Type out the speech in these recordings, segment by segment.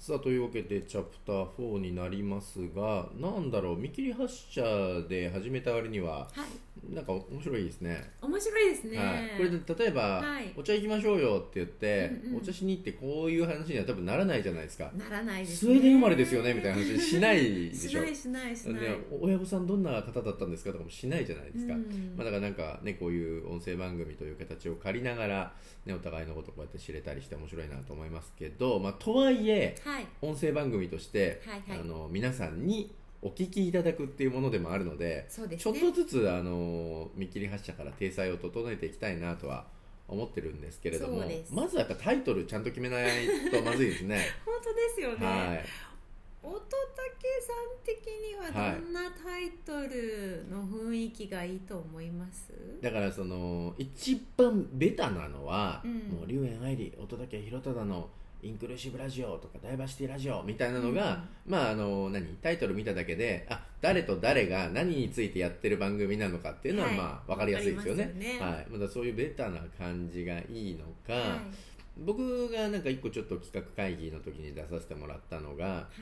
さあというわけでチャプター4になりますが、なんだろう、見切り発車で始めた割にははい、 なんか面白いですね。 面白いですね。 はい、これで例えば、 はい、 お茶行きましょうよって言って、 うんうん、 お茶しに行ってこういう話には多分ならないじゃないですか。 ならないですね。 スウェーデン生まれですよねみたいな話しないでしょ。 しない。 で親御さんどんな方だったんですかとかもしないじゃないですか、 うん、 まあ、だからなんかね、こういう音声番組という形を借りながら、ね、お互いのことをこうやって知れたりして面白いなと思いますけど、まあ、とはいえ、 はい、 音声番組として、 はいはい、 皆さんにお聞きいただくっていうものでもあるので、 そうですね、 ちょっとずつ見切り発車から体裁を整えていきたいなとは思ってるんですけれども、まずはやっぱタイトルちゃんと決めないとまずいですね。 本当ですよね、 はい、 乙武さん的にはどんなタイトルの雰囲気がいいと思います？ だからその一番ベタなのは、 うん、 もう龍園愛理乙武宏忠のインクルーシブラジオとかダイバーシティラジオみたいなのが、まあタイトル見ただけで、あ、誰と誰が何についてやってる番組なのかっていうのは、まあ分かりやすいですよね。はい、まだそういうベタな感じがいいのか、はい、僕がなんか一個ちょっと企画会議の時に出させてもらったのが、はい、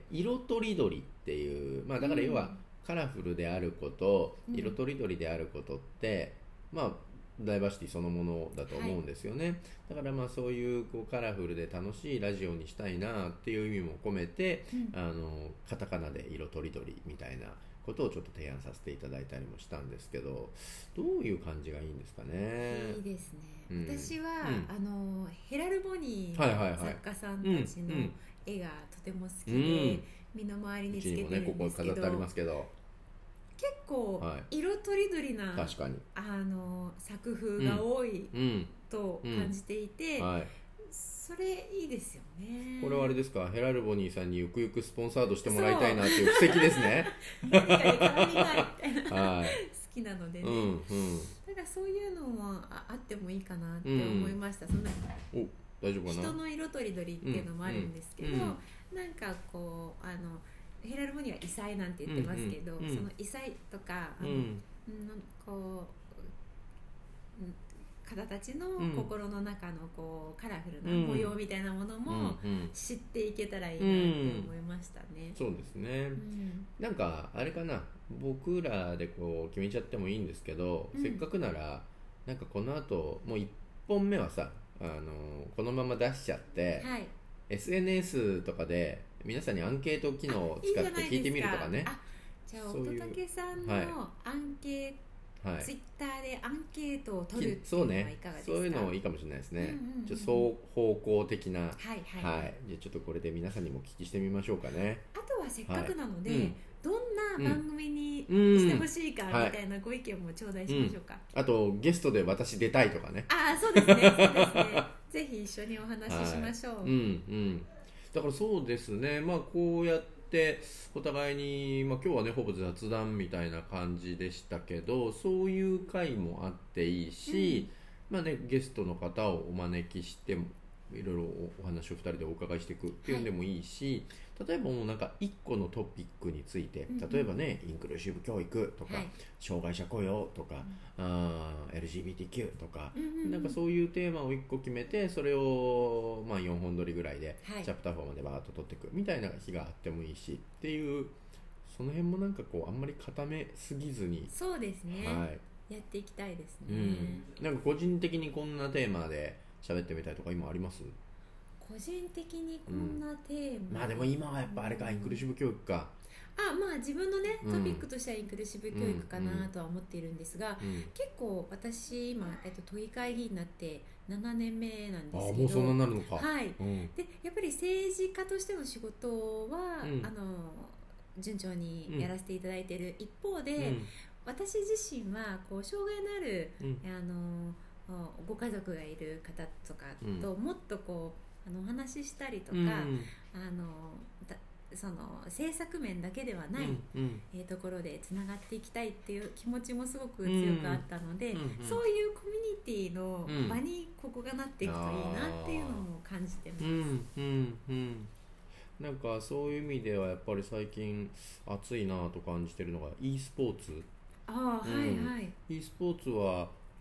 色とりどりっていう、まあだから要はカラフルであること、色とりどりであることって、まあダイバーシティそのものだと思うんですよね、はい、だからまあそういうこうカラフルで楽しいラジオにしたいなっていう意味も込めて、カタカナで色とりどりみたいなことをちょっと提案させていただいたりもしたんですけど、どういう感じがいいんですかね。 いいですね、私は、ヘラルボニーの作家さんたちの絵がとても好きで、身の回りにつけてるんですけど、 ここ飾ってありますけど、 結構色とりどりな、 確かに作風が多いと感じていて、はい、それいいですよね。 これはあれですか、ヘラルボニーさんにゆくゆくスポンサードしてもらいたいなっていう布石ですね。 何かで絡みたいみたいな、はい、好きなのでね、だからそういうのもあってもいいかなって思いました、その大丈夫かな、 人の色とりどりっていうのもあるんですけど、なんかこうヘラルボニーは異彩なんて言ってますけど、その異彩とかこう方たちの心の中のこうカラフルな模様みたいなものも知っていけたらいいなって思いましたね。 そうですね、なんかあれかな、僕らでこう決めちゃってもいいんですけど、せっかくならなんかこの後もう1本目はさ、このまま出しちゃって、はい、SNS とかで皆さんにアンケート機能を使って聞いてみるとかね。 じゃあ乙武さんのアンケート、はい、ツイッターでアンケートを取るっていうのはいかがですか？ そういうのいいかもしれないですね、ちょっと双方向的な、はい、じゃあちょっとこれで皆さんにもお聞きしてみましょうかね。 あとはせっかくなので、どんな番組にしてほしいかみたいなご意見も頂戴しましょうか、 あとゲストで私出たいとかね。 そうですねぜひ一緒にお話ししましょう、 だからそうですね、まあこうやってお互いに、まあ、今日はねほぼ雑談みたいな感じでしたけど、そういう回もあっていいし、まあね、ゲストの方をお招きしてもいろいろお話を2人でお伺いしていくっていうのでもいいし、例えばもうなんか1個のトピックについて、例えばねインクルーシブ教育とか、障害者雇用とか、LGBTQ とか、なんかそういうテーマを1個決めて、それをまあ4本撮りぐらいでチャプター4までバーッと撮っていくみたいな日があってもいいしっていう、その辺もなんかこうあんまり固めすぎずに、 そうですね、やっていきたいですね、 なんか個人的にこんなテーマで喋ってみたいとか今あります？ 個人的にこんなテーマ、 まあでも今はやっぱあれか、インクルーシブ教育か。 まあ自分のねトピックとしてはインクルーシブ教育かなとは思っているんですが、結構私今、都議会議員になって7年目なんですけど、 もうそんなになるのか。 はい、でやっぱり政治家としての仕事は、順調にやらせていただいている一方で、私自身はこう障害のある、ご家族がいる方とかともっとこうお話ししたりとか、その制作面だけではない、ところでつながっていきたいっていう気持ちもすごく強くあったので、そういうコミュニティの場にここがなっていくといいなっていうのも感じてます。 なんかそういう意味ではやっぱり最近熱いなと感じてるのが e スポーツ。e スポーツは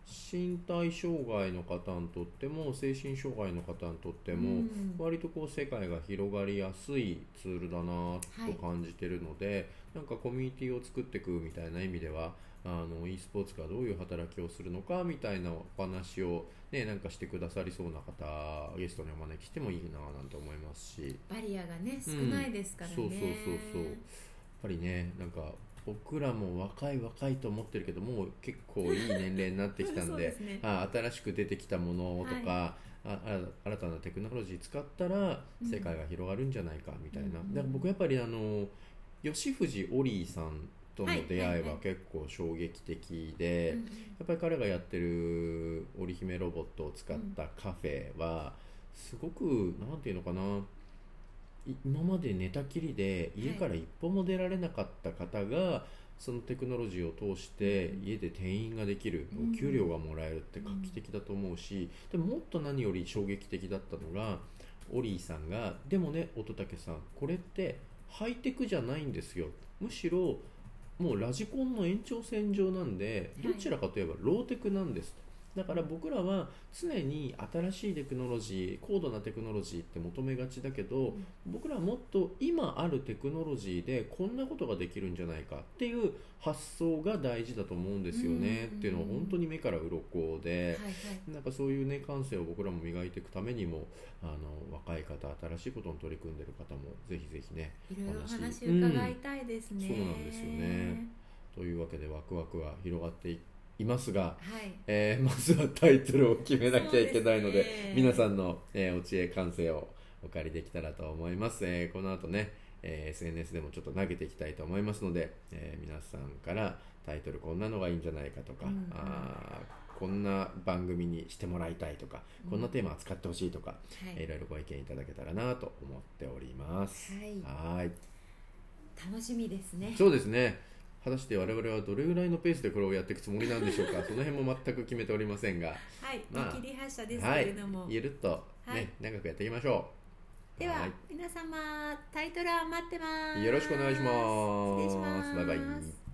身体障害の方にとっても精神障害の方にとっても、割とこう世界が広がりやすいツールだなと感じてるので、なんかコミュニティを作っていくみたいな意味ではe スポーツがどういう働きをするのかみたいなお話を、ね、なんかしてくださりそうな方ゲストにお招きしてもいいななんて思いますし、 バリアがね少ないですからね、 そうやっぱりね、なんか僕らも若いと思ってるけどもう結構いい年齢になってきたんでね、新しく出てきたものとか、新たなテクノロジー使ったら世界が広がるんじゃないかみたいな、だから僕やっぱり吉藤オリーさんとの出会いは結構衝撃的で、やっぱり彼がやってる織姫ロボットを使ったカフェはすごくなんていうのかな、今まで寝たきりで家から一歩も出られなかった方が、そのテクノロジーを通して家で店員ができる、お給料がもらえるって画期的だと思うし、でももっと何より衝撃的だったのがオリーさんが、でもね乙武さん、これってハイテクじゃないんですよ、むしろもうラジコンの延長線上なんで、どちらかといえばローテクなんですと。だから僕らは常に新しいテクノロジー、高度なテクノロジーって求めがちだけど、僕らはもっと今あるテクノロジーでこんなことができるんじゃないかっていう発想が大事だと思うんですよね、っていうのは本当に目から鱗で、なんかそういうね感性を僕らも磨いていくためにも若い方、新しいことに取り組んでる方もぜひぜひね、 いろいろお話伺いたいですね、 そうなんですよね。というわけでワクワクは広がっていますが、まずはタイトルを決めなきゃいけないので、皆さんの、お知恵感性をお借りできたらと思います。この後ね、SNS でもちょっと投げていきたいと思いますので、皆さんからタイトルこんなのがいいんじゃないかとか、こんな番組にしてもらいたいとか、こんなテーマ扱ってほしいとか、いろいろご意見いただけたらなと思っております。はい、 楽しみですね。 そうですね。果たして我々はどれぐらいのペースでこれをやっていくつもりなんでしょうか。その辺も全く決めておりませんが、 見切り発車ですけれども、 ゆるっと、ね、長くやっていきましょう。では、皆様タイトルは待ってます。 よろしくお願いします。 失礼します。 バイバイ。